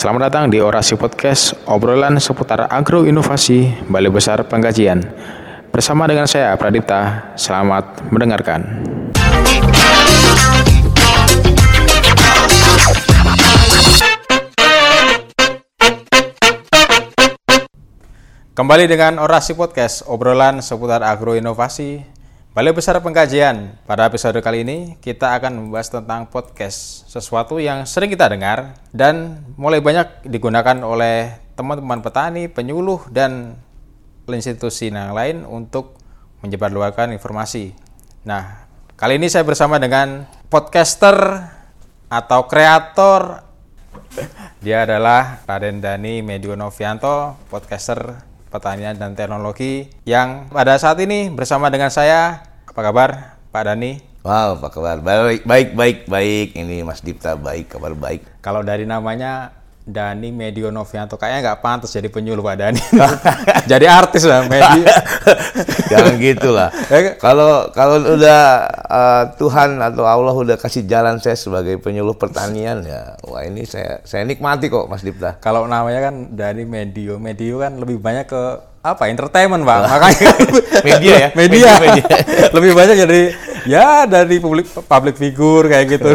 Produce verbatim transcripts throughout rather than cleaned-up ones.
Selamat datang di Orasi Podcast, obrolan seputar agroinovasi Balai Besar Pengkajian. Bersama dengan saya, Pradipta, selamat mendengarkan. Kembali dengan Orasi Podcast, obrolan seputar agroinovasi Balai Besar Pengkajian. Pada episode kali ini, kita akan membahas tentang podcast, sesuatu yang sering kita dengar dan mulai banyak digunakan oleh teman-teman petani, penyuluh, dan institusi yang lain untuk menyebarluaskan informasi. Nah, kali ini saya bersama dengan podcaster atau kreator. Dia adalah Raden Dhani Medionovianto, podcaster pertanian dan teknologi yang pada saat ini bersama dengan saya. Apa kabar Pak Dhani? Wow, apa kabar? Baik, baik, baik, baik. Ini Mas Dipta, baik, kabar baik. Kalau dari namanya Dhani Medionovianto, kayaknya nggak pantas jadi penyuluh Pak Dhani. Jadi artis lah, media. Jangan gitulah. Kalau kalau udah uh, Tuhan atau Allah udah kasih jalan saya sebagai penyuluh pertanian, ya, wah ini saya saya nikmati kok Mas Dipta. Kalau namanya kan Dhani Medio, Medio kan lebih banyak ke apa? Entertainment, Pak. Makanya media ya. Media. media, media. Lebih banyak jadi ya dari publik public figure kayak gitu.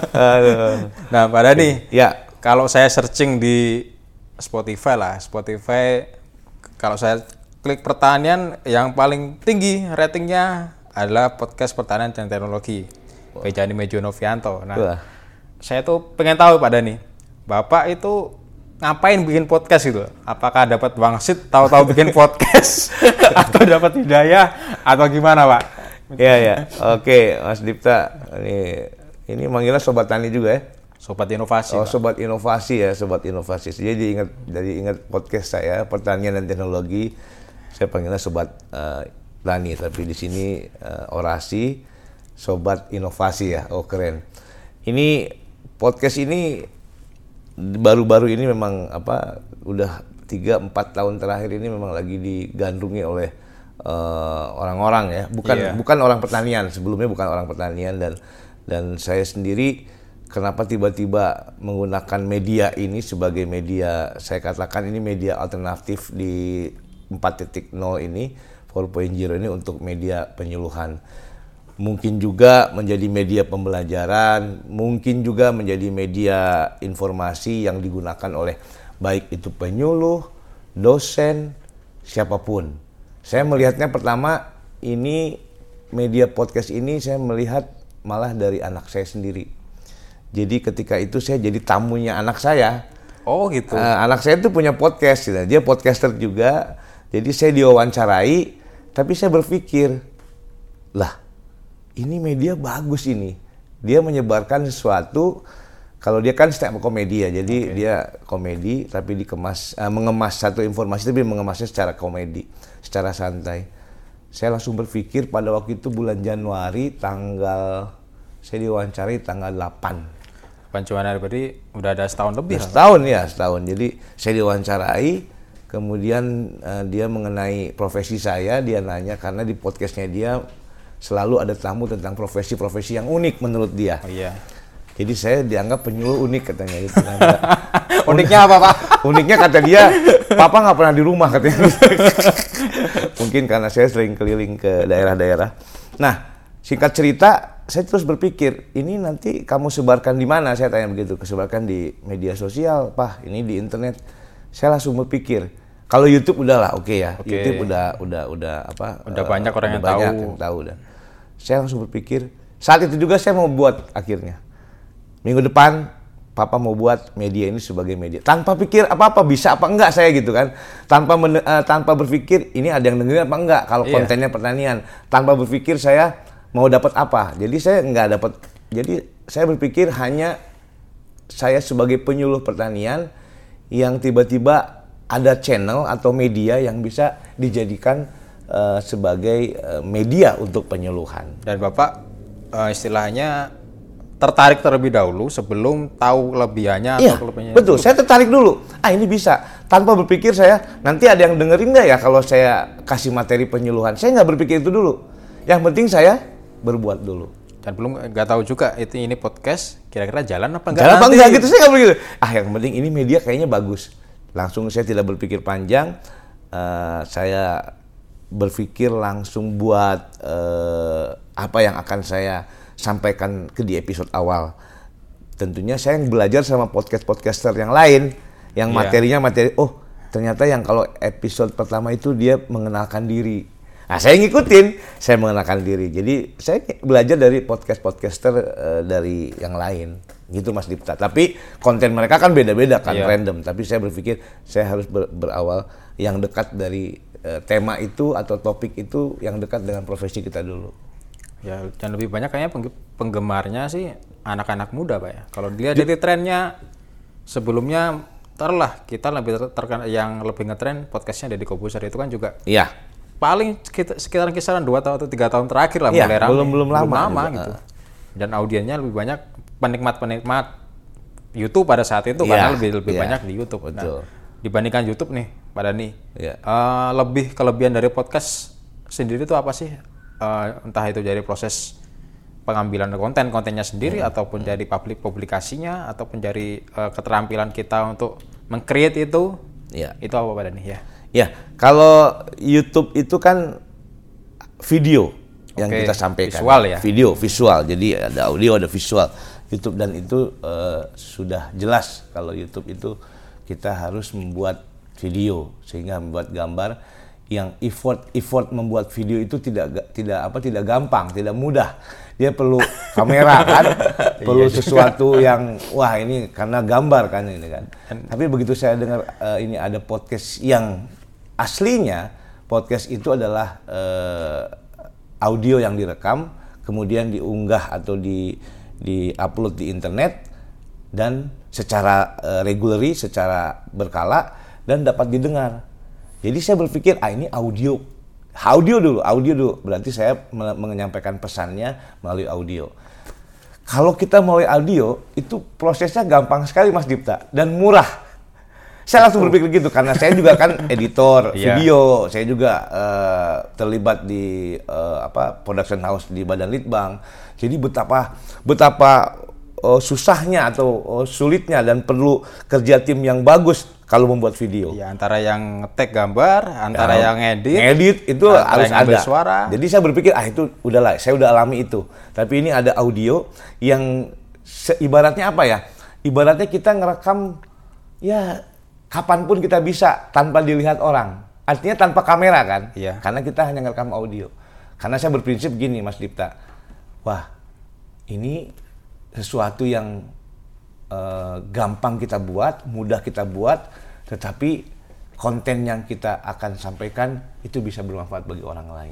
Aduh. Nah, Pak Dhani. Ya. Kalau saya searching di Spotify lah, Spotify kalau saya klik pertanian yang paling tinggi ratingnya adalah podcast pertanian dan teknologi, Pak Dhani Medionovianto. Nah, Wah. saya tuh pengen tahu Pak Dhani, Bapak itu ngapain bikin podcast gitu? Apakah dapat wangsit tahu-tahu bikin podcast atau dapat hidayah atau gimana, Pak? Iya ya, oke Mas Dipta, ini ini manggilnya Sobat Tani juga ya? Sobat inovasi. Oh, Pak. sobat inovasi ya, sobat inovasi. Jadi ingat, jadi ingat podcast saya pertanian dan teknologi. Saya panggilnya sobat uh, Tani, tapi di sini uh, orasi sobat inovasi ya. Oh keren. Ini podcast ini baru-baru ini memang apa? Udah tiga empat tahun terakhir ini memang lagi digandrungi oleh uh, orang-orang ya. Bukan yeah. bukan orang pertanian. Sebelumnya bukan orang pertanian dan dan saya sendiri. Kenapa tiba-tiba menggunakan media ini sebagai media, saya katakan ini media alternatif di empat titik nol ini, empat titik nol ini untuk media penyuluhan. Mungkin juga menjadi media pembelajaran, mungkin juga menjadi media informasi yang digunakan oleh baik itu penyuluh, dosen, siapapun. Saya melihatnya pertama, ini media podcast ini saya melihat malah dari anak saya sendiri. Jadi ketika itu saya jadi tamunya anak saya. Oh gitu. Uh, anak saya itu punya podcast, gitu. Dia podcaster juga. Jadi saya diwawancarai, tapi saya berpikir, lah ini media bagus ini. Dia menyebarkan sesuatu. Kalau dia kan stand up komedi ya, jadi okay. dia komedi tapi dikemas, uh, mengemas satu informasi tapi mengemasnya secara komedi, secara santai. Saya langsung berpikir pada waktu itu bulan Januari tanggal saya diwawancarai tanggal delapan. Pancuan berarti udah ada setahun lebih. Setahun ya, setahun. Jadi saya diwawancarai, kemudian uh, dia mengenai profesi saya, dia nanya karena di podcastnya dia selalu ada tamu tentang profesi-profesi yang unik menurut dia. Oh iya. Jadi saya dianggap penyuluh unik katanya gitu. Uniknya apa Pak? Uniknya kata dia, Papa nggak pernah di rumah katanya. Mungkin karena saya sering keliling ke daerah-daerah. Nah, singkat cerita, saya terus berpikir, ini nanti kamu sebarkan di mana? Saya tanya begitu, kesebarkan di media sosial, Pak, ini di internet. Saya langsung berpikir, kalau YouTube udahlah, oke okay ya. Okay. YouTube udah udah udah apa? Udah uh, banyak orang udah yang banyak tahu. yang tahu dan saya langsung berpikir, saat itu juga saya mau buat akhirnya. Minggu depan Papa mau buat media ini sebagai media. Tanpa pikir apa-apa bisa apa enggak saya gitu kan. Tanpa men, uh, tanpa berpikir ini ada yang dengerin apa enggak kalau yeah. kontennya pertanian. Tanpa berpikir saya mau dapat apa. Jadi saya nggak dapat. Jadi saya berpikir hanya saya sebagai penyuluh pertanian yang tiba-tiba ada channel atau media yang bisa dijadikan uh, sebagai uh, media untuk penyuluhan. Dan Bapak uh, istilahnya tertarik terlebih dahulu sebelum tahu kelebihannya iya, atau kelebihannya. Betul, dulu. Saya tertarik dulu. Ah ini bisa. Tanpa berpikir saya nanti ada yang dengerin nggak ya kalau saya kasih materi penyuluhan. Saya nggak berpikir itu dulu. Yang penting saya berbuat dulu. Dan belum nggak tahu juga itu ini podcast kira-kira jalan apa enggak. Jalan apa enggak gitu, saya nggak begitu. Ah, yang penting ini media kayaknya bagus. Langsung saya tidak berpikir panjang, uh, saya berpikir langsung buat uh, apa yang akan saya sampaikan ke di episode awal. Tentunya saya yang belajar sama podcast-podcaster yang lain, yang yeah. materinya materi, oh ternyata yang kalau episode pertama itu dia mengenalkan diri. Nah saya ngikutin, saya mengenalkan diri. Jadi saya belajar dari podcast-podcaster uh, dari yang lain, gitu Mas Dipta. Tapi konten mereka kan beda-beda kan, yeah. random. Tapi saya berpikir saya harus ber- berawal yang dekat dari uh, tema itu atau topik itu yang dekat dengan profesi kita dulu. Ya, dan lebih banyak kayaknya penggemarnya sih anak-anak muda, Pak ya. Kalau dilihat dari trennya sebelumnya, taruhlah kita lebih terkenal yang lebih ngetren podcastnya Deddy Kobuser itu kan juga. Iya. Paling sekitar kisaran dua tahun atau tiga tahun terakhir lah ya, mulai ramai. Belum belum lama, belum lama gitu. Dan audiennya lebih banyak penikmat-penikmat YouTube pada saat itu ya, karena lebih lebih ya, banyak di YouTube. Betul. Nah, dibandingkan YouTube nih, Pak Dhani, ya. uh, lebih kelebihan dari podcast sendiri itu apa sih? Uh, entah itu dari proses pengambilan konten kontennya sendiri hmm. ataupun dari publik publikasinya ataupun dari uh, keterampilan kita untuk meng-create itu, ya. Itu apa Pak Dhani ya? Ya, kalau YouTube itu kan video okay. yang kita sampaikan, visual ya, video visual, jadi ada audio ada visual. YouTube dan itu uh, sudah jelas kalau YouTube itu kita harus membuat video sehingga membuat gambar yang effort effort membuat video itu tidak tidak apa tidak gampang, tidak mudah. Dia perlu kamera kan, perlu sesuatu yang wah ini karena gambar kan ini kan. Tapi begitu saya dengar uh, ini ada podcast yang aslinya podcast itu adalah uh, audio yang direkam kemudian diunggah atau di di upload di internet dan secara uh, regularly, secara berkala dan dapat didengar. Jadi saya berpikir, ah ini audio, audio dulu, audio dulu. Berarti saya menyampaikan pesannya melalui audio. Kalau kita melalui audio, itu prosesnya gampang sekali Mas Dipta, dan murah. Saya langsung berpikir gitu, karena saya juga kan editor video, saya juga uh, terlibat di uh, apa production house di Badan Litbang. Jadi betapa betapa uh, susahnya atau uh, sulitnya dan perlu kerja tim yang bagus kalau membuat video. Ya, antara yang ngetek gambar, antara ya, yang edit, edit itu harus ada. Suara. Jadi saya berpikir, ah itu udahlah, saya udah alami itu. Tapi ini ada audio yang se- ibaratnya apa ya? Ibaratnya kita ngerekam, ya kapanpun kita bisa tanpa dilihat orang. Artinya tanpa kamera kan? Iya. Karena kita hanya ngerekam audio. Karena saya berprinsip gini Mas Dipta, wah ini sesuatu yang Uh, gampang kita buat, mudah kita buat, tetapi konten yang kita akan sampaikan itu bisa bermanfaat bagi orang lain.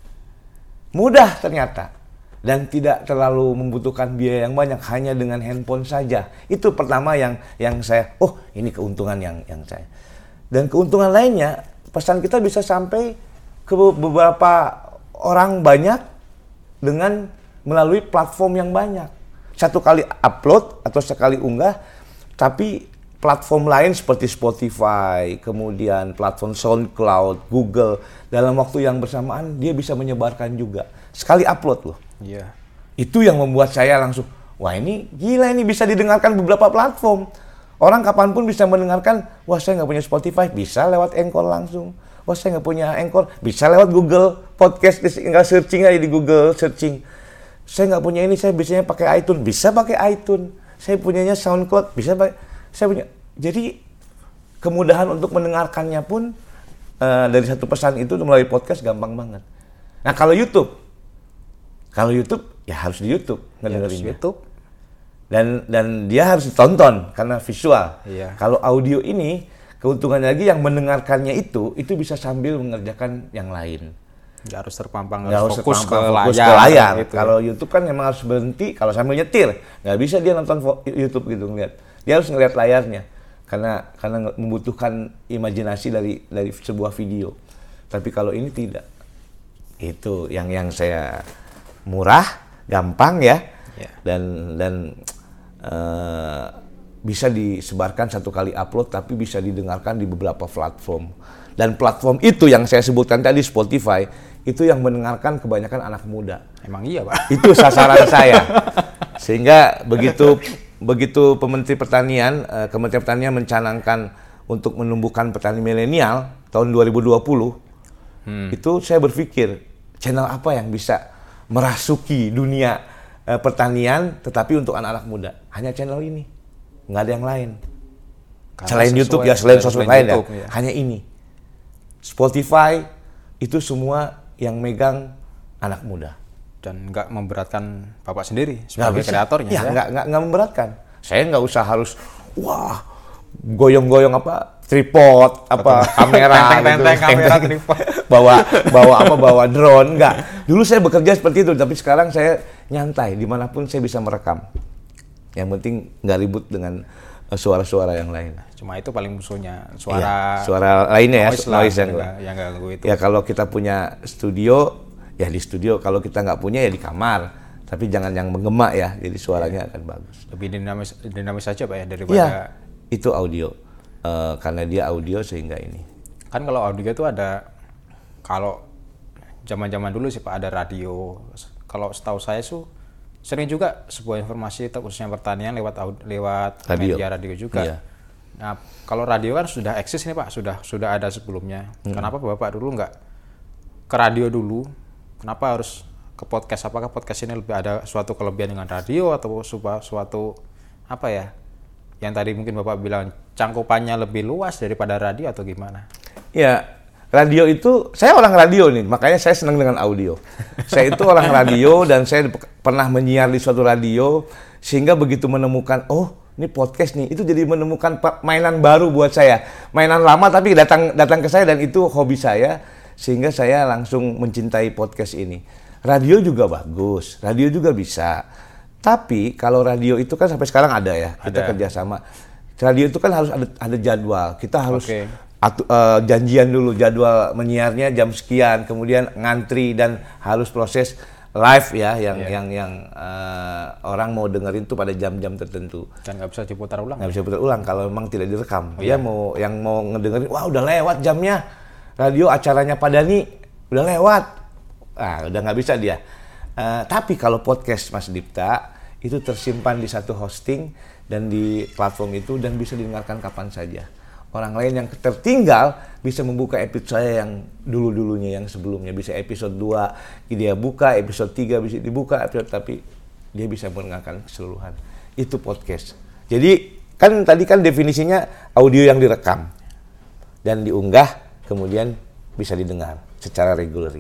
Mudah ternyata dan tidak terlalu membutuhkan biaya yang banyak, hanya dengan handphone saja. Itu pertama yang yang saya, oh ini keuntungan yang yang saya. Dan keuntungan lainnya, pesan kita bisa sampai ke beberapa orang banyak dengan melalui platform yang banyak. Satu kali upload atau sekali unggah, tapi platform lain seperti Spotify, kemudian platform SoundCloud, Google, dalam waktu yang bersamaan dia bisa menyebarkan juga. Sekali upload loh. Iya. Itu yang membuat saya langsung, wah ini gila, ini bisa didengarkan beberapa platform. Orang kapanpun bisa mendengarkan, wah saya nggak punya Spotify, bisa lewat Anchor langsung. Wah saya nggak punya Anchor, bisa lewat Google Podcast, tinggal searching aja di Google, searching. Saya nggak punya ini, saya biasanya pakai iTunes, bisa pakai iTunes. Saya punyanya SoundCloud, bisa pakai. Saya punya. Jadi kemudahan untuk mendengarkannya pun uh, dari satu pesan itu melalui podcast gampang banget. Nah kalau YouTube, kalau YouTube ya harus di YouTube ngedengerinnya. YouTube. Dan dan dia harus ditonton karena visual. Iya. Kalau audio ini keuntungannya lagi yang mendengarkannya itu itu bisa sambil mengerjakan yang lain. Nggak harus terpampang, nggak harus fokus, terpampang, ke, fokus layar, ke layar. Gitu. Kalau YouTube kan memang harus berhenti, kalau sambil nyetir, nggak bisa dia nonton YouTube gitu ngeliat. Dia harus ngeliat layarnya, karena karena membutuhkan imajinasi dari dari sebuah video. Tapi kalau ini tidak, itu yang yang saya murah, gampang ya, yeah. dan dan uh, bisa disebarkan satu kali upload, tapi bisa didengarkan di beberapa platform. Dan platform itu yang saya sebutkan tadi, Spotify, itu yang mendengarkan kebanyakan anak muda. Emang iya, Pak? Itu sasaran saya. Sehingga begitu begitu Pementeri Pertanian, eh, Kementerian Pertanian mencanangkan untuk menumbuhkan petani milenial tahun dua ribu dua puluh, hmm. itu saya berpikir, channel apa yang bisa merasuki dunia eh, pertanian, tetapi untuk anak-anak muda? Hanya channel ini. Nggak ada yang lain. Karena selain YouTube ya, selain sosmed lain ya, ya, hanya ini. Spotify itu semua yang megang anak muda. Dan nggak memberatkan Bapak sendiri sebagai kreatornya ya? Ya, nggak, nggak, nggak memberatkan. Saya nggak usah harus, wah, goyong-goyong apa, tripod, apa, kamera, tenteng-tenteng gitu. kamera, tripod. bawa, bawa apa, bawa drone, nggak. Dulu saya bekerja seperti itu, tapi sekarang saya nyantai, dimanapun saya bisa merekam. Yang penting nggak ribut dengan uh, suara-suara yang lain. Cuma itu paling musuhnya, suara iya, suara lainnya noise ya, noise yang, yang nggak ganggu itu. Ya kalau kita punya studio, ya di studio. Kalau kita nggak punya ya di kamar. Tapi jangan yang menggema ya, jadi suaranya ya akan bagus. Lebih dinamis, dinamis saja Pak ya daripada. Iya, itu audio. Uh, karena dia audio sehingga ini. Kan kalau audio itu ada, kalau zaman-zaman dulu sih Pak ada radio. Kalau setahu saya tuh sering juga sebuah informasi khususnya pertanian lewat lewat radio. media radio juga. Iya. Nah, kalau radio kan sudah eksis nih Pak, sudah sudah ada sebelumnya. Hmm. Kenapa Bapak dulu nggak ke radio dulu? Kenapa harus ke podcast? Apakah podcast ini lebih ada suatu kelebihan dengan radio atau suatu apa ya? Yang tadi mungkin Bapak bilang cangkupannya lebih luas daripada radio atau gimana? Ya. Radio itu, saya orang radio nih, makanya saya senang dengan audio. Saya itu orang radio dan saya pernah menyiar di suatu radio, sehingga begitu menemukan, oh ini podcast nih, itu jadi menemukan mainan baru buat saya. Mainan lama tapi datang datang ke saya dan itu hobi saya, sehingga saya langsung mencintai podcast ini. Radio juga bagus, radio juga bisa. Tapi kalau radio itu kan sampai sekarang ada ya, kita ada. kerjasama. Radio itu kan harus ada, ada jadwal, kita harus... Okay. Atu, uh, janjian dulu jadwal menyiarnya jam sekian, kemudian ngantri dan harus proses live ya yang yeah. yang yang uh, orang mau dengerin tuh pada jam-jam tertentu. Dan nggak bisa diputar ulang. Nggak bisa diputar ulang kalau memang tidak direkam. Oh, Dia yeah. mau yang mau ngedengerin, wah udah lewat jamnya, radio acaranya Pak Dhani udah lewat, ah udah nggak bisa dia. Uh, tapi kalau podcast Mas Dipta itu tersimpan di satu hosting dan di platform itu dan bisa didengarkan kapan saja. Orang lain yang tertinggal bisa membuka episode saya yang dulu-dulunya, yang sebelumnya. Bisa episode dua, dia buka, episode tiga bisa dibuka, episode, tapi dia bisa mendengarkan keseluruhan. Itu podcast. Jadi, kan tadi kan definisinya audio yang direkam. Dan diunggah, kemudian bisa didengar secara reguler.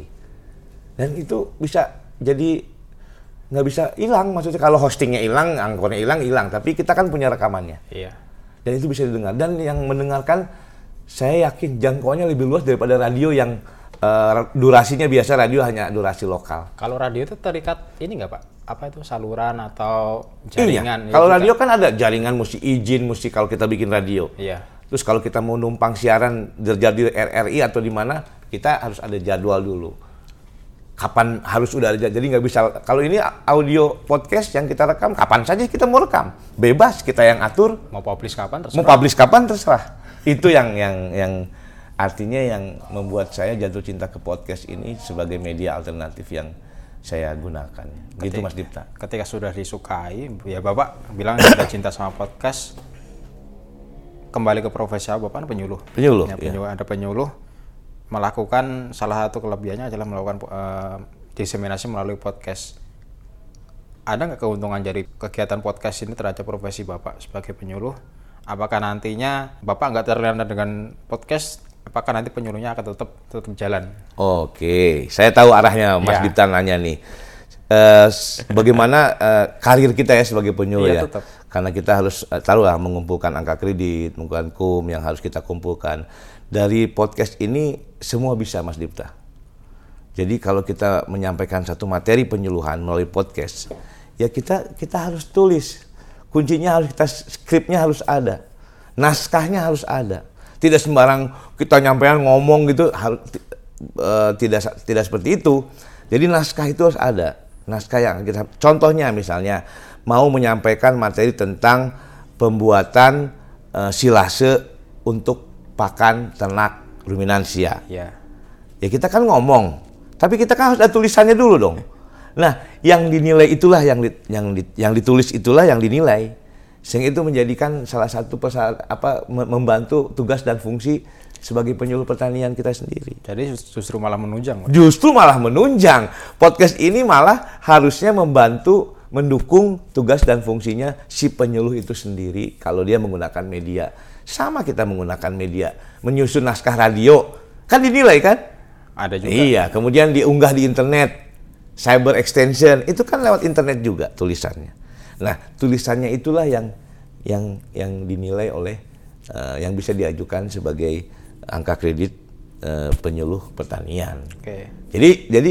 Dan itu bisa jadi, nggak bisa hilang. Maksudnya kalau hostingnya hilang, angkornya hilang, hilang. Tapi kita kan punya rekamannya. Iya. Dan itu bisa didengar. Dan yang mendengarkan, saya yakin jangkauannya lebih luas daripada radio yang uh, durasinya biasa, radio hanya durasi lokal. Kalau radio itu terikat ini nggak Pak? Apa itu saluran atau jaringan? Iya. Kalau radio kan ada jaringan, mesti izin, mesti kalau kita bikin radio. Iya. Terus kalau kita mau numpang siaran terjadi R R I atau di mana, kita harus ada jadwal dulu. Kapan harus udah ada, jadi nggak bisa. Kalau ini audio podcast yang kita rekam, kapan saja kita mau rekam, bebas kita yang atur. Mau publish kapan terserah. Mau publish kapan terserah. Itu yang yang yang artinya yang membuat saya jatuh cinta ke podcast ini sebagai media alternatif yang saya gunakan. Gitu Mas Dipta. Ketika sudah disukai, ya Bapak bilang sudah cinta sama podcast, kembali ke profesi Bapak kan penyuluh. Penyuluh. Ya, penyuluh ya. Ada penyuluh. Melakukan salah satu kelebihannya adalah melakukan uh, diseminasi melalui podcast. Ada nggak keuntungan dari kegiatan podcast ini terhadap profesi Bapak sebagai penyuluh? Apakah nantinya Bapak nggak terlena dengan podcast? Apakah nanti penyuluhnya akan tetap tetap jalan? Oke, saya tahu arahnya Mas ya. Dipta nanya nih. Uh, bagaimana uh, karir kita ya sebagai penyuluh iya, ya? Tetap. Karena kita harus uh, tahu lah mengumpulkan angka kredit, mengumpulkan K U M yang harus kita kumpulkan. Dari podcast ini semua bisa Mas Dipta. Jadi kalau kita menyampaikan satu materi penyuluhan melalui podcast, ya kita kita harus tulis. Kuncinya harus kita, skripnya harus ada. Naskahnya harus ada. Tidak sembarang kita nyampaikan ngomong gitu, harus, uh, tidak tidak seperti itu. Jadi naskah itu harus ada. Naskah yang kita, contohnya misalnya mau menyampaikan materi tentang pembuatan uh, silase untuk pakan ternak ruminansia. Ya. Ya kita kan ngomong, tapi kita kan harus ada tulisannya dulu dong. Nah, yang dinilai itulah yang di, yang di, yang ditulis itulah yang dinilai. Sehingga itu menjadikan salah satu pesal, apa membantu tugas dan fungsi sebagai penyuluh pertanian kita sendiri. Jadi justru malah menunjang. Justru malah menunjang. Podcast ini malah harusnya membantu mendukung tugas dan fungsinya si penyuluh itu sendiri kalau dia menggunakan media. Sama kita menggunakan media, menyusun naskah radio, kan dinilai kan? Ada juga. Iya, kemudian diunggah di internet, cyber extension, itu kan lewat internet juga tulisannya. Nah, tulisannya itulah yang yang yang dinilai oleh uh, yang bisa diajukan sebagai angka kredit uh, penyuluh pertanian. Oke. Jadi jadi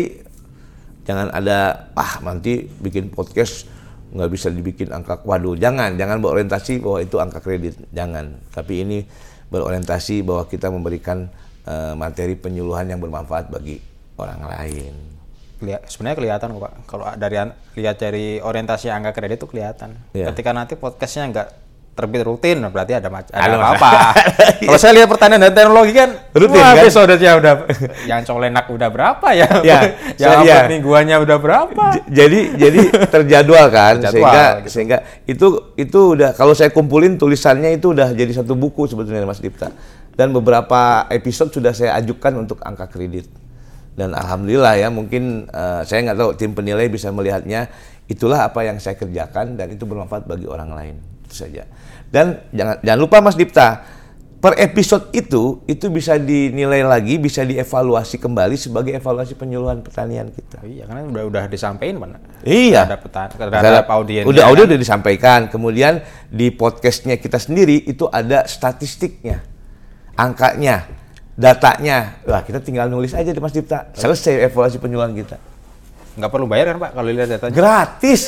jangan ada ah nanti bikin podcast nggak bisa dibikin angka, waduh jangan, jangan berorientasi bahwa itu angka kredit, jangan. Tapi ini berorientasi bahwa kita memberikan uh, materi penyuluhan yang bermanfaat bagi orang lain. Sebenarnya kelihatan kok Pak, kalau dari lihat dari orientasi angka kredit itu kelihatan. Ya. Ketika nanti podcastnya nggak terbit rutin, berarti ada ada, Ada apa-apa. Kalau saya lihat pertanian dan teknologi kan, rutin wah, kan? episode-nya udah, yang colenak udah berapa ya? Ya, yang upload ya. mingguannya udah berapa? J- jadi jadi terjadwal kan, Terjadwal, sehingga gitu. sehingga itu itu udah kalau saya kumpulin tulisannya itu udah jadi satu buku sebetulnya Mas Dipta. Dan beberapa episode sudah saya ajukan untuk angka kredit. Dan alhamdulillah ya, mungkin uh, saya nggak tahu tim penilai bisa melihatnya, itulah apa yang saya kerjakan dan itu bermanfaat bagi orang lain, itu saja. Dan jangan jangan lupa Mas Dipta, per episode itu itu bisa dinilai lagi, bisa dievaluasi kembali sebagai evaluasi penyuluhan pertanian kita. Oh iya, karena udah udah disampaikan mana? Iya. Terhadap petani, terhadap audiens. Udah audio udah disampaikan. Kemudian di podcastnya kita sendiri itu ada statistiknya, angkanya, datanya. Wah, kita tinggal nulis aja di Mas Dipta. Selesai evaluasi penyuluhan kita. Nggak perlu bayar kan Pak kalau lihat datanya? Gratis.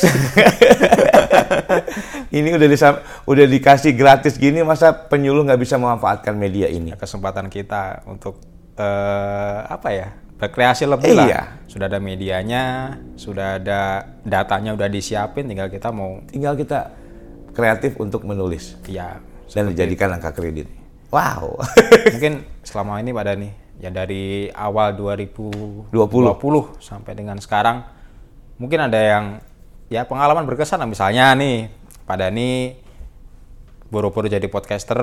Ini udah disam, udah dikasih gratis gini, masa penyuluh nggak bisa memanfaatkan media ini? Kesempatan kita untuk uh, apa ya, berkreasi lebih lah. Iya. Sudah ada medianya, sudah ada datanya, udah disiapin, tinggal kita mau Tinggal kita kreatif untuk menulis ya dan dijadikan angka kredit. Wow. mungkin selama ini Pak Dhani ya dari awal dua ribu dua puluh sampai dengan sekarang mungkin ada yang ya pengalaman berkesan, misalnya nih Pak Dhani buru-buru jadi podcaster,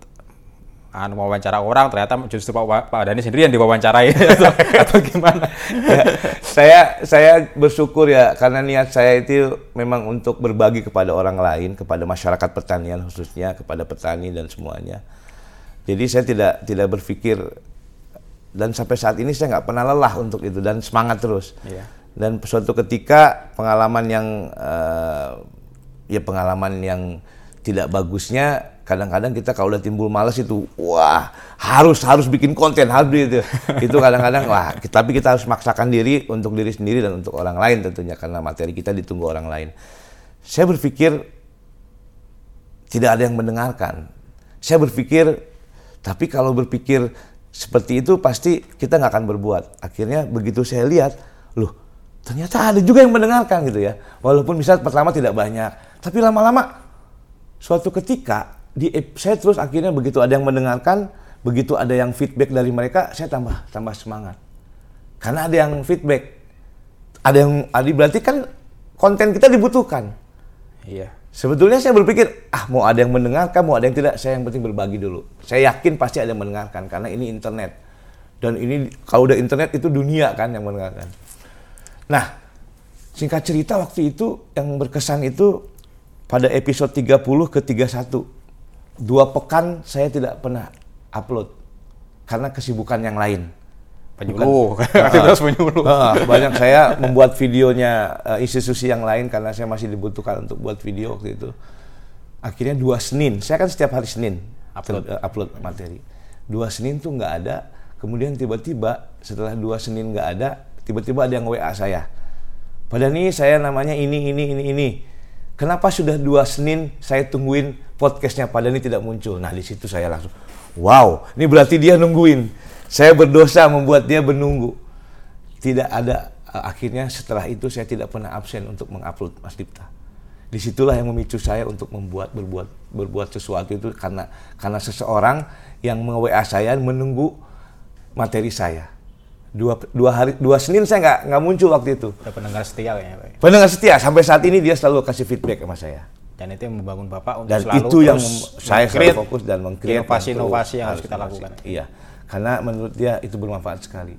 anu wawancara orang, ternyata justru Pak Pak Dhani sendiri yang diwawancarai atau, atau gimana? Ya, saya saya bersyukur ya, karena niat saya itu memang untuk berbagi kepada orang lain, kepada masyarakat pertanian khususnya, kepada petani dan semuanya. Jadi saya tidak tidak berpikir, dan sampai saat ini saya nggak pernah lelah untuk itu dan semangat terus. Iya. Dan suatu ketika pengalaman yang uh, ya pengalaman yang tidak bagusnya, kadang-kadang kita kalau udah timbul malas itu, wah harus harus bikin konten, harus gitu. Itu kadang-kadang wah, tapi kita harus maksakan diri untuk diri sendiri dan untuk orang lain tentunya, karena materi kita ditunggu orang lain. Saya berpikir tidak ada yang mendengarkan. Saya berpikir, tapi kalau berpikir seperti itu pasti kita nggak akan berbuat. Akhirnya begitu saya lihat, loh ternyata ada juga yang mendengarkan gitu ya. Walaupun misal pertama tidak banyak, tapi lama-lama suatu ketika di, saya terus akhirnya begitu ada yang mendengarkan, begitu ada yang feedback dari mereka, saya tambah tambah semangat. Karena ada yang feedback, ada yang ada, berarti kan konten kita dibutuhkan. Iya. Sebetulnya saya berpikir, ah mau ada yang mendengarkan, mau ada yang tidak, saya yang penting berbagi dulu. Saya yakin pasti ada yang mendengarkan, karena ini internet. Dan ini, kalau udah internet itu dunia kan yang mendengarkan. Nah, singkat cerita waktu itu, yang berkesan itu, pada episode tiga puluh ke tiga puluh satu. Dua pekan saya tidak pernah upload, karena kesibukan yang lain. Penyuluh, aktivitas penyuluh. Uh, banyak saya membuat videonya uh, institusi yang lain karena saya masih dibutuhkan untuk buat video waktu itu. Akhirnya dua Senin, saya kan setiap hari Senin upload, uh, upload materi. Dua Senin tuh nggak ada, kemudian tiba-tiba setelah dua Senin nggak ada, tiba-tiba ada yang W A saya. Padahal nih saya namanya ini, ini, ini, ini. Kenapa sudah dua Senin saya tungguin podcastnya, padahal ini tidak muncul? Nah di situ saya langsung, wow, ini berarti dia nungguin. Saya berdosa membuat dia menunggu. Tidak ada, akhirnya setelah itu saya tidak pernah absen untuk mengupload Mas Dipta. Disitulah yang memicu saya untuk membuat berbuat berbuat sesuatu itu karena karena seseorang yang nge-W A saya menunggu materi saya. Dua dua hari dua Senin saya nggak nggak muncul waktu itu. Ada pendengar setia kayaknya, Pak. Pendengar setia sampai saat ini dia selalu kasih feedback sama saya. Dan itu yang membangun Bapak untuk Dan selalu itu yang saya selalu meng-create fokus dan meng-create inovasi-inovasi yang harus kita inovasi. lakukan. Iya, karena menurut dia itu bermanfaat sekali.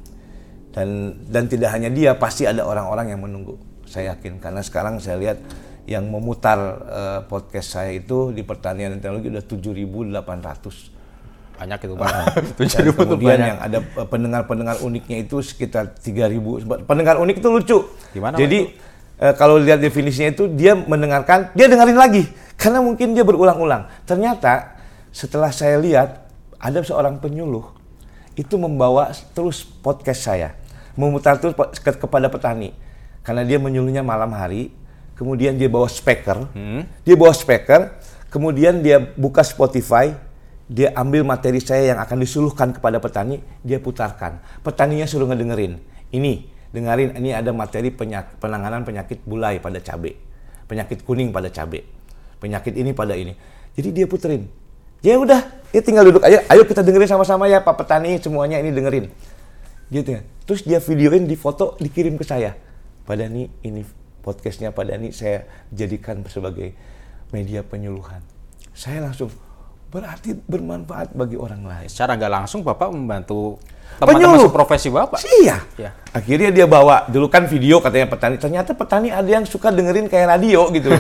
Dan dan tidak hanya dia, pasti ada orang-orang yang menunggu. Saya yakin karena sekarang saya lihat yang memutar uh, podcast saya itu di Pertanian dan Teknologi udah tujuh ribu delapan ratus. Banyak itu, Pak. tujuh ribu kemudian yang ada uh, pendengar-pendengar uniknya itu sekitar tiga ribu. Pendengar unik itu lucu. Gimana, jadi uh, kalau lihat definisinya itu dia mendengarkan, dia dengerin lagi karena mungkin dia berulang-ulang. Ternyata setelah saya lihat ada seorang penyuluh itu membawa terus podcast saya, memutar terus ke, kepada petani karena dia menyuluhnya malam hari. Kemudian dia bawa speaker, hmm. dia bawa speaker, kemudian dia buka Spotify, dia ambil materi saya yang akan disuluhkan kepada petani, dia putarkan. Petaninya suruh ngedengerin. Ini, dengerin, ini ada materi penyak, penanganan penyakit bulai pada cabai, penyakit kuning pada cabai, penyakit ini pada ini. Jadi dia puterin. Ya udah, dia tinggal duduk aja, ayo kita dengerin sama-sama ya Pak Petani, semuanya ini dengerin. Gitu ya. Terus dia videoin, di foto, dikirim ke saya. Pak Dhani, ini podcastnya Pak Dhani saya jadikan sebagai media penyuluhan. Saya langsung, berarti bermanfaat bagi orang lain. Secara nggak langsung Bapak membantu teman-teman seprofesi Bapak. Iya. Ya. Akhirnya dia bawa, dulu kan video katanya petani, ternyata petani ada yang suka dengerin kayak radio gitu.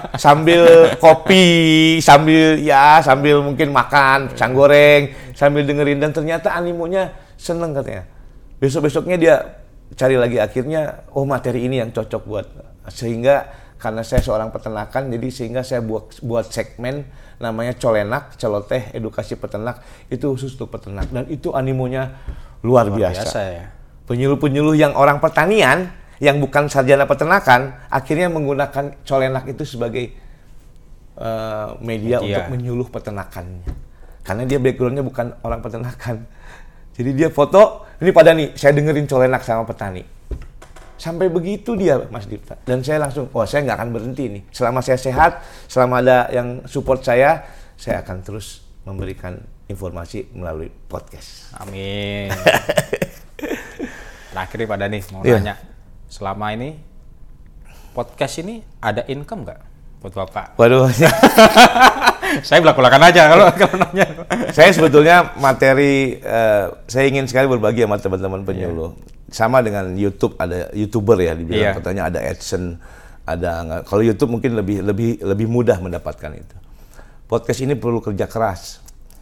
Sambil kopi, sambil ya, sambil mungkin makan, pisang goreng, sambil dengerin, dan ternyata animonya seneng katanya. Besok-besoknya dia cari lagi, akhirnya oh materi ini yang cocok buat, sehingga karena saya seorang peternakan, jadi sehingga saya buat buat segmen namanya Colenak, Celoteh Edukasi Peternak, itu khusus untuk peternak, dan itu animonya luar, luar biasa, biasa ya. Penyuluh-penyuluh yang orang pertanian yang bukan sarjana peternakan akhirnya menggunakan Colenak itu sebagai uh, media, media untuk menyuluh peternakannya, karena dia backgroundnya bukan orang peternakan. Jadi dia foto, ini Pak Dhani, saya dengerin Colenak sama petani. Sampai begitu dia, Mas Dipta. Dan saya langsung, wah saya nggak akan berhenti nih. Selama saya sehat, selama ada yang support saya, saya akan terus memberikan informasi melalui podcast. Amin. Terakhir Pak Dhani, mau yeah. nanya. Selama ini, podcast ini ada income nggak buat Bapak? Waduh. Saya belak-belakan aja kalau kalau nanya. Saya sebetulnya materi, uh, saya ingin sekali berbagi sama teman-teman penyuluh. Yeah. Sama dengan YouTube, ada YouTuber ya dibilang, yeah. katanya ada AdSense, ada. Kalau YouTube mungkin lebih lebih lebih mudah mendapatkan itu. Podcast ini perlu kerja keras.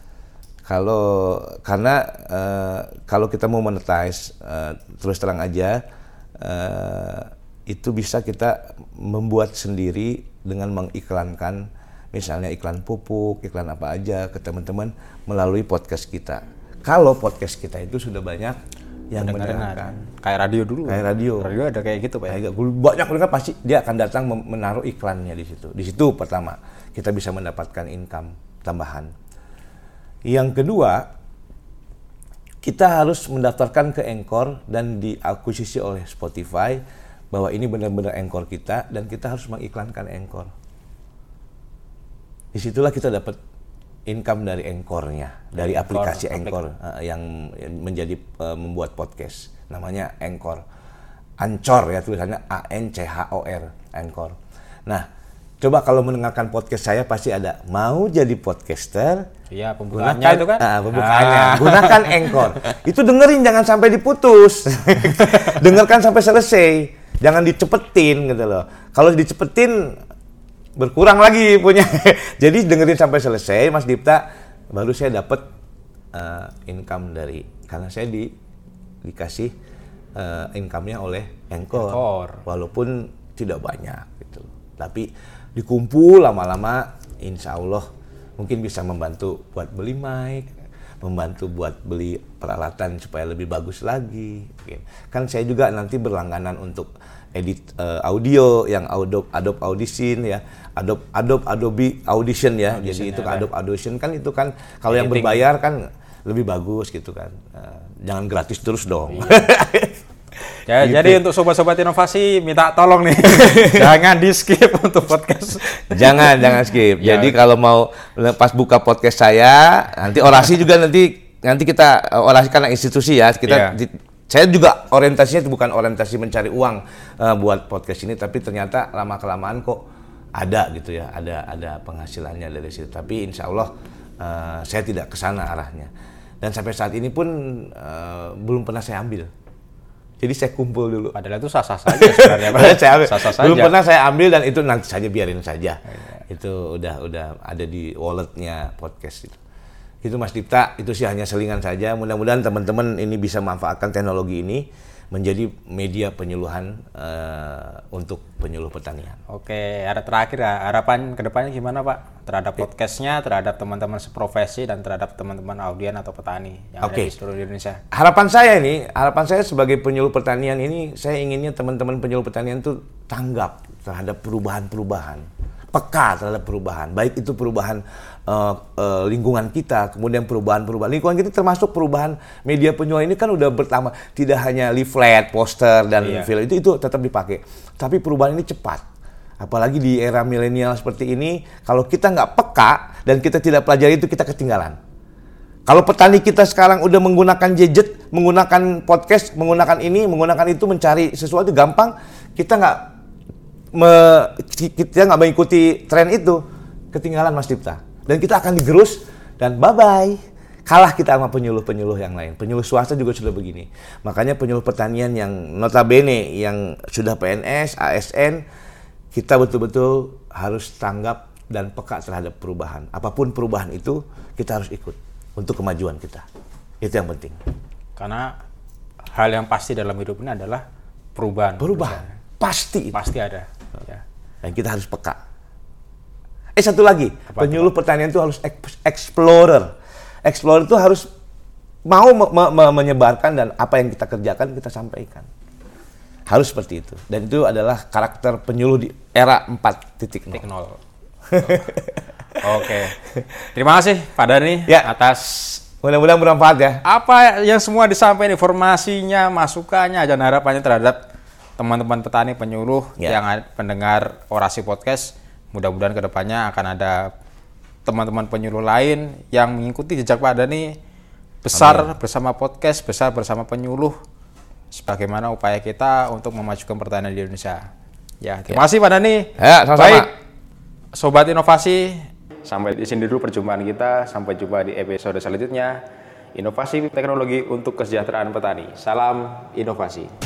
Kalau karena uh, kalau kita mau monetize, uh, terus terang aja, uh, itu bisa kita membuat sendiri dengan mengiklankan, misalnya iklan pupuk, iklan apa aja ke teman-teman melalui podcast kita. Kalau podcast kita itu sudah banyak yang mendengarkan, kayak radio dulu. Kayak radio. Radio ada kayak gitu, Pak. Kayak banyak mendengar, pasti dia akan datang menaruh iklannya di situ. Di situ pertama kita bisa mendapatkan income tambahan. Yang kedua, kita harus mendaftarkan ke Anchor dan diakuisisi oleh Spotify bahwa ini benar-benar Anchor kita, dan kita harus mengiklankan Anchor. Disitulah kita dapat income dari Anchor-nya, dari Anchor, aplikasi Anchor uh, yang menjadi uh, membuat podcast. Namanya Anchor. Ancor ya, tulisannya A N C H O R, Anchor. Nah, coba kalau mendengarkan podcast saya pasti ada mau jadi podcaster. Iya, pembukaannya itu kan. Uh, pembukaannya. Ah. Gunakan Anchor. Itu dengerin, jangan sampai diputus. Dengarkan sampai selesai. Jangan dicepetin gitu loh. Kalau dicepetin berkurang lagi punya. Jadi dengerin sampai selesai, Mas Dipta, baru saya dapat uh, income dari, karena saya di dikasih uh, income-nya oleh Anchor. Anchor. Walaupun tidak banyak gitu. Tapi dikumpul lama-lama, insya Allah mungkin bisa membantu buat beli mic, membantu buat beli peralatan supaya lebih bagus lagi. Kan saya juga nanti berlangganan untuk edit uh, audio yang Adobe Adobe Audition ya, Adobe Adobe Adobe Audition ya. Audition. Jadi itu ya, Adobe Audition kan itu kan kalau yang berbayar kan lebih bagus gitu kan. Uh, jangan gratis terus dong. Ya, gitu. Jadi untuk sobat-sobat inovasi minta tolong nih, jangan di skip untuk podcast. Jangan, jangan skip. Ya. Jadi kalau mau pas buka podcast saya, nanti orasi juga nanti nanti kita uh, orasi karena institusi ya. Kita Ya. di, saya juga orientasinya itu bukan orientasi mencari uang uh, buat podcast ini, tapi ternyata lama kelamaan kok ada gitu ya, ada ada penghasilannya dari situ. Tapi insya Allah uh, saya tidak kesana arahnya. Dan sampai saat ini pun uh, belum pernah saya ambil. Jadi saya kumpul dulu. Padahal itu sah-sah saja sebenarnya. saya ambil. Sah-sah saja. Belum pernah saya ambil dan itu nanti saja biarin saja. Ya. Itu udah udah ada di walletnya podcast itu. Itu Mas Dipta, itu sih hanya selingan saja. Mudah-mudahan teman-teman ini bisa manfaatkan teknologi ini menjadi media penyuluhan uh, untuk penyuluh pertanian. Oke, ada terakhir ya, harapan kedepannya gimana Pak? Terhadap podcastnya, terhadap teman-teman seprofesi, dan terhadap teman-teman audien atau petani yang Oke. ada di seluruh Indonesia. Harapan saya ini, harapan saya sebagai penyuluh pertanian ini, saya inginnya teman-teman penyuluh pertanian itu tanggap terhadap perubahan-perubahan, peka terhadap perubahan, baik itu perubahan uh, uh, lingkungan kita, kemudian perubahan-perubahan lingkungan kita termasuk perubahan media penyuluh ini kan udah bertambah, tidak hanya leaflet, poster dan Iya. film itu itu tetap dipakai, tapi perubahan ini cepat. Apalagi di era milenial seperti ini, kalau kita nggak peka dan kita tidak pelajari itu kita ketinggalan. Kalau petani kita sekarang udah menggunakan gadget, menggunakan podcast, menggunakan ini, menggunakan itu, mencari sesuatu gampang, kita nggak me, kita nggak mengikuti tren itu, ketinggalan Mas Dipta. Dan kita akan digerus dan bye-bye. Kalah kita sama penyuluh-penyuluh yang lain. Penyuluh swasta juga sudah begini. Makanya penyuluh pertanian yang notabene, yang sudah P N S, A S N, kita betul-betul harus tanggap dan peka terhadap perubahan. Apapun perubahan itu, kita harus ikut untuk kemajuan kita. Itu yang penting. Karena hal yang pasti dalam hidup ini adalah perubahan. Perubahan. Pasti. Pasti ada. Ya. Dan kita harus peka. Eh satu lagi, Apa penyuluh itu? Pertanian itu harus explorer. Explorer itu harus mau me- me- menyebarkan dan apa yang kita kerjakan kita sampaikan. Harus seperti itu. Dan itu adalah karakter penyuluh di era empat titik nol. Oke. Terima kasih Pak Dhani Ya. atas Mudah-mudahan bermanfaat ya. apa yang semua disampaikan, informasinya, masukannya, dan harapannya terhadap teman-teman petani penyuluh Ya. yang ad- pendengar Orasi Podcast. Mudah-mudahan kedepannya akan ada teman-teman penyuluh lain yang mengikuti jejak Pak Dhani, besar Amin. bersama podcast, besar bersama penyuluh, sebagaimana upaya kita untuk memajukan pertanian di Indonesia. Ya, terima ya. kasih Pak Dhani. Ya, sama-sama. Baik, Sobat Inovasi, sampai di sini dulu perjumpaan kita. Sampai jumpa di episode selanjutnya. Inovasi teknologi untuk kesejahteraan petani. Salam inovasi.